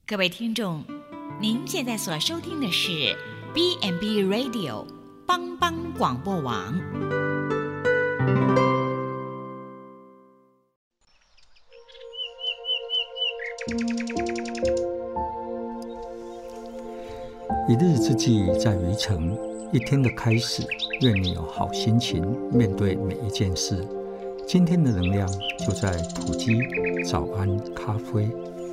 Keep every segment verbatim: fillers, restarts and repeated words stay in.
各位听众，您现在所收听的是 B and B Radio 帮帮广播网。 一日之计在于晨，一天的开始，愿你有好心情面对每一件事。今天的能量就在埔基早安咖啡。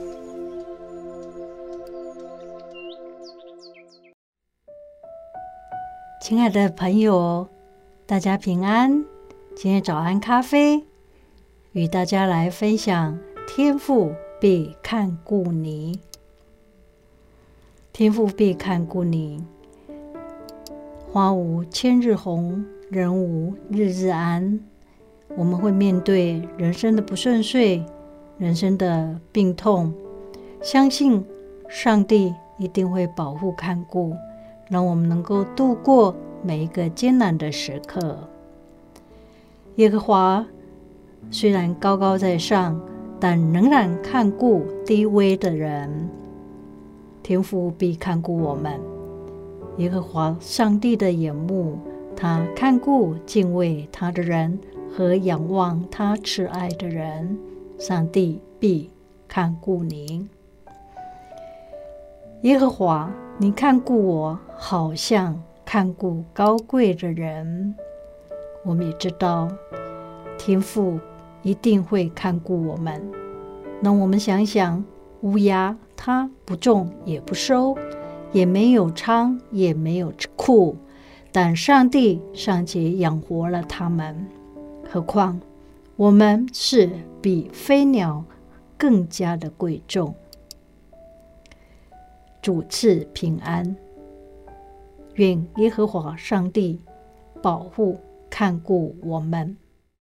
亲爱的朋友，大家平安。今天早安咖啡与大家来分享天父必看顾你。天父必看顾你，花无千日红，人无日日安。我们会面对人生的不顺遂，人生的病痛，相信上帝一定会保护看顾，让我们能够度过每一个艰难的时刻。耶和华虽然高高在上，但仍然看顾低微的人。天父必看顾我们。耶和华上帝的眼目，他看顾敬畏他的人和仰望他慈爱的人。上帝必看顾你。耶和华，你看顾我，好像看顾高贵的人。我们也知道天父一定会看顾我们。那我们想想，乌鸦它不种也不收，也没有仓也没有库，但上帝尚且养活了它们，何况我们是比飞鸟更加的贵重。主赐平安，愿耶和华上帝保护看顾我们。